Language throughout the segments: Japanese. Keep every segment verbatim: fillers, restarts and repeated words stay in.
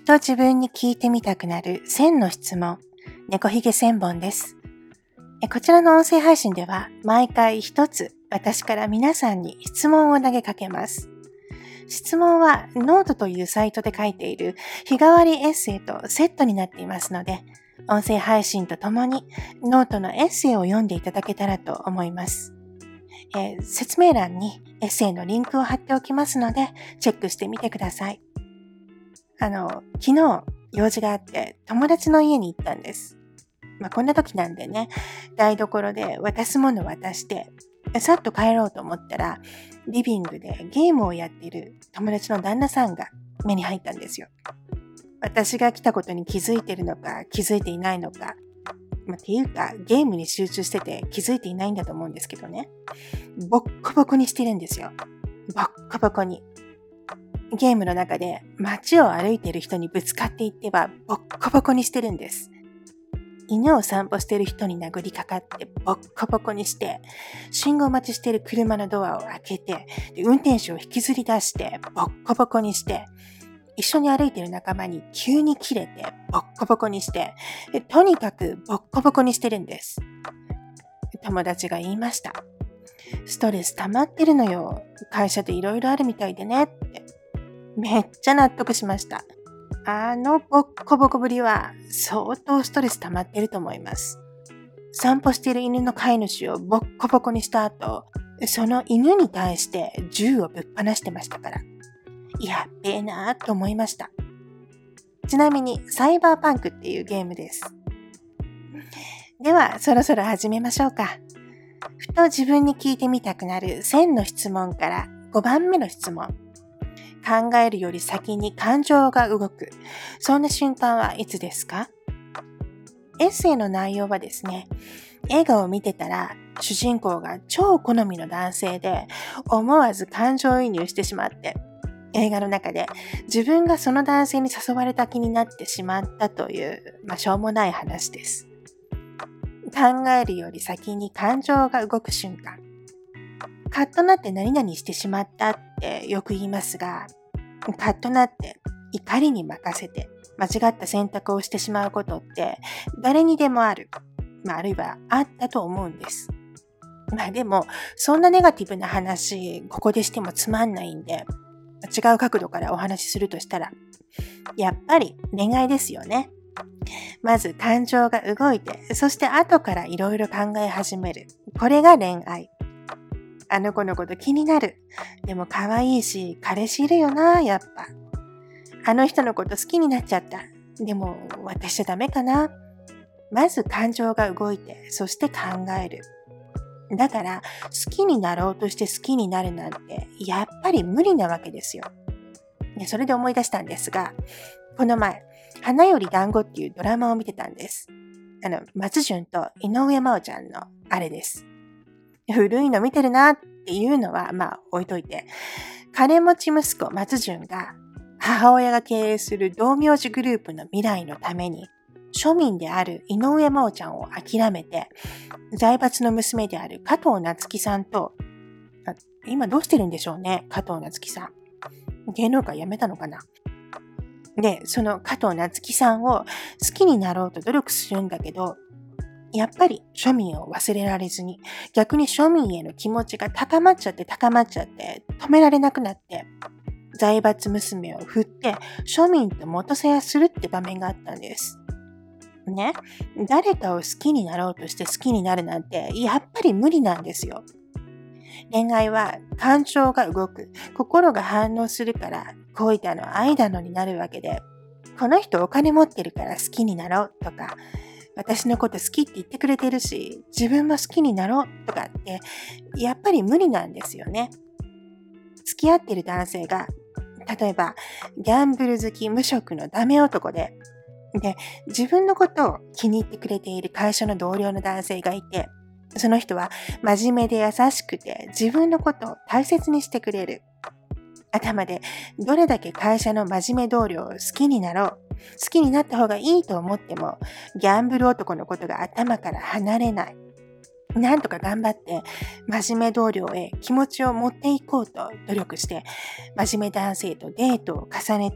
ふと自分に聞いてみたくなるせんの質問、猫ひげ千本です。こちらの音声配信では毎回一つ私から皆さんに質問を投げかけます。質問はノートというサイトで書いている日替わりエッセイとセットになっていますので、音声配信とともにノートのエッセイを読んでいただけたらと思います。えー、説明欄にエッセイのリンクを貼っておきますので、チェックしてみてください。あの、昨日用事があって友達の家に行ったんです。まあ、こんな時なんでね、台所で渡すものを渡して、さっと帰ろうと思ったら、リビングでゲームをやっている友達の旦那さんが目に入ったんですよ。私が来たことに気づいているのか気づいていないのか、まあ、っていうかゲームに集中してて気づいていないんだと思うんですけどね、ボッコボコにしてるんですよ。ボッコボコに。ゲームの中で街を歩いている人にぶつかっていってはボッコボコにしてるんです。犬を散歩している人に殴りかかってボッコボコにして、信号待ちしている車のドアを開けて、運転手を引きずり出してボッコボコにして、一緒に歩いている仲間に急に切れてボッコボコにして、とにかくボッコボコにしてるんです。友達が言いました。ストレス溜まってるのよ。会社でいろいろあるみたいでねって。めっちゃ納得しました。あのボッコボコぶりは相当ストレス溜まってると思います。散歩している犬の飼い主をボッコボコにした後、その犬に対して銃をぶっ放してましたから。やっべえなーと思いました。ちなみにサイバーパンクっていうゲームです。ではそろそろ始めましょうか。ふと自分に聞いてみたくなるせんの質問からごばんめの質問。考えるより先に感情が動く。そんな瞬間はいつですか？エッセイの内容はですね、映画を見てたら主人公が超好みの男性で思わず感情移入してしまって、映画の中で自分がその男性に誘われた気になってしまったという、まあ、しょうもない話です。考えるより先に感情が動く瞬間。カッとなって何々してしまったってよく言いますが、カッとなって怒りに任せて間違った選択をしてしまうことって誰にでもある。まあ、あるいはあったと思うんです。まあでも、そんなネガティブな話、ここでしてもつまんないんで、違う角度からお話しするとしたら、やっぱり恋愛ですよね。まず感情が動いて、そして後からいろいろ考え始める。これが恋愛。あの子のこと気になる。でも可愛いし、彼氏いるよな、やっぱ。あの人のこと好きになっちゃった。でも私じゃダメかな。まず感情が動いて、そして考える。だから好きになろうとして好きになるなんてやっぱり無理なわけですよ。でそれで思い出したんですが、この前、花より団子っていうドラマを見てたんです。あの、松潤と井上真央ちゃんのあれです。古いの見てるなっていうのはまあ置いといて、金持ち息子松潤が母親が経営する同名字グループの未来のために庶民である井上真央ちゃんを諦めて、財閥の娘である加藤夏樹さんと、今どうしてるんでしょうね、加藤夏樹さん。芸能界辞めたのかな。で、その加藤夏樹さんを好きになろうと努力するんだけど、やっぱり庶民を忘れられずに、逆に庶民への気持ちが高まっちゃって高まっちゃって止められなくなって、財閥娘を振って庶民と元さやするって場面があったんです。ね、誰かを好きになろうとして好きになるなんてやっぱり無理なんですよ。恋愛は感情が動く、心が反応するから恋だの愛だのになるわけで、この人お金持ってるから好きになろうとか、私のこと好きって言ってくれてるし、自分も好きになろうとかってやっぱり無理なんですよね。付き合ってる男性が、例えばギャンブル好き無職のダメ男で、で、自分のことを気に入ってくれている会社の同僚の男性がいて、その人は真面目で優しくて自分のことを大切にしてくれる。頭でどれだけ会社の真面目同僚を好きになろう、好きになった方がいいと思っても、ギャンブル男のことが頭から離れない。なんとか頑張って真面目同僚へ気持ちを持っていこうと努力して、真面目男性とデートを重ねて、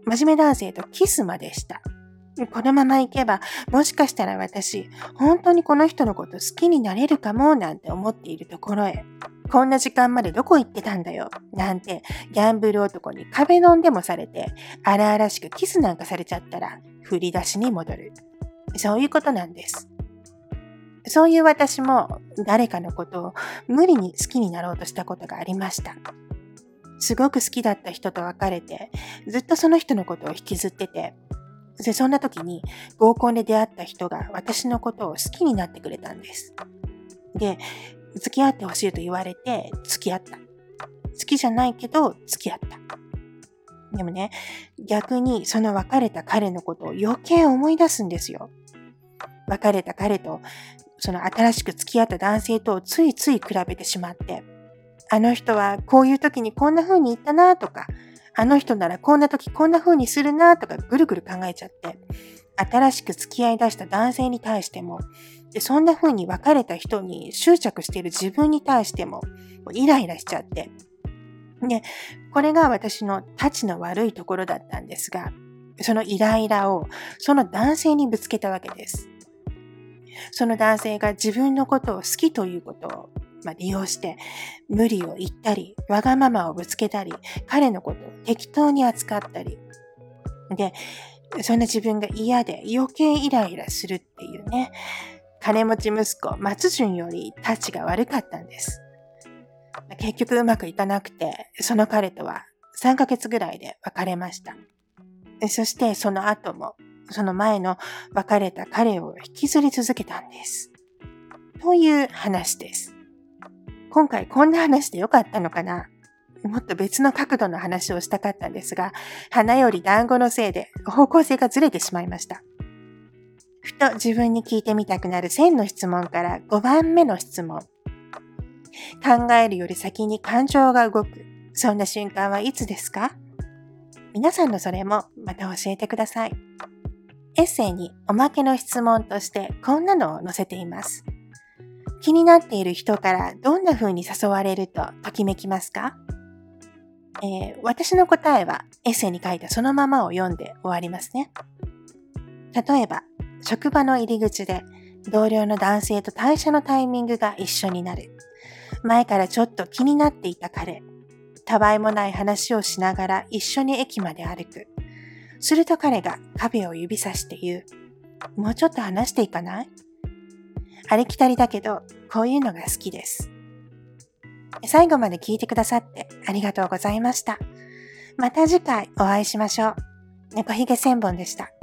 真面目男性とキスまでした。このままいけば、もしかしたら私、本当にこの人のこと好きになれるかもなんて思っているところへ、こんな時間までどこ行ってたんだよなんてギャンブル男に壁ドンでもされて、荒々しくキスなんかされちゃったら振り出しに戻る。そういうことなんです。そういう私も誰かのことを無理に好きになろうとしたことがありました。すごく好きだった人と別れて、ずっとその人のことを引きずってて、で、そんな時に合コンで出会った人が私のことを好きになってくれたんです。で、付き合ってほしいと言われて付き合った。好きじゃないけど付き合った。でもね、逆にその別れた彼のことを余計思い出すんですよ。別れた彼とその新しく付き合った男性とついつい比べてしまって、あの人はこういう時にこんな風に言ったなとか、あの人ならこんな時こんな風にするなとかぐるぐる考えちゃって、新しく付き合い出した男性に対しても、でそんな風に別れた人に執着している自分に対してもイライラしちゃって、で、これが私のたちの悪いところだったんですが、そのイライラをその男性にぶつけたわけです。その男性が自分のことを好きということをまあ、利用して無理を言ったり、わがままをぶつけたり、彼のことを適当に扱ったり。で、そんな自分が嫌で余計イライラするっていうね、金持ち息子、松潤よりタチが悪かったんです。結局うまくいかなくて、その彼とはさんかげつぐらいで別れました。そしてその後も、その前の別れた彼を引きずり続けたんです。という話です。今回こんな話でよかったのかな？もっと別の角度の話をしたかったんですが、花より団子のせいで方向性がずれてしまいました。ふと自分に聞いてみたくなるせんの質問からごばんめの質問。考えるより先に感情が動く。そんな瞬間はいつですか？皆さんのそれもまた教えてください。エッセイにおまけの質問としてこんなのを載せています。気になっている人からどんな風に誘われるとときめきますか？えー、私の答えはエッセイに書いたそのままを読んで終わりますね。例えば、職場の入り口で同僚の男性と退社のタイミングが一緒になる。前からちょっと気になっていた彼。たわいもない話をしながら一緒に駅まで歩く。すると彼が壁を指さして言う。もうちょっと話していかない？ありきたりだけど、こういうのが好きです。最後まで聞いてくださってありがとうございました。また次回お会いしましょう。猫ひげ千本でした。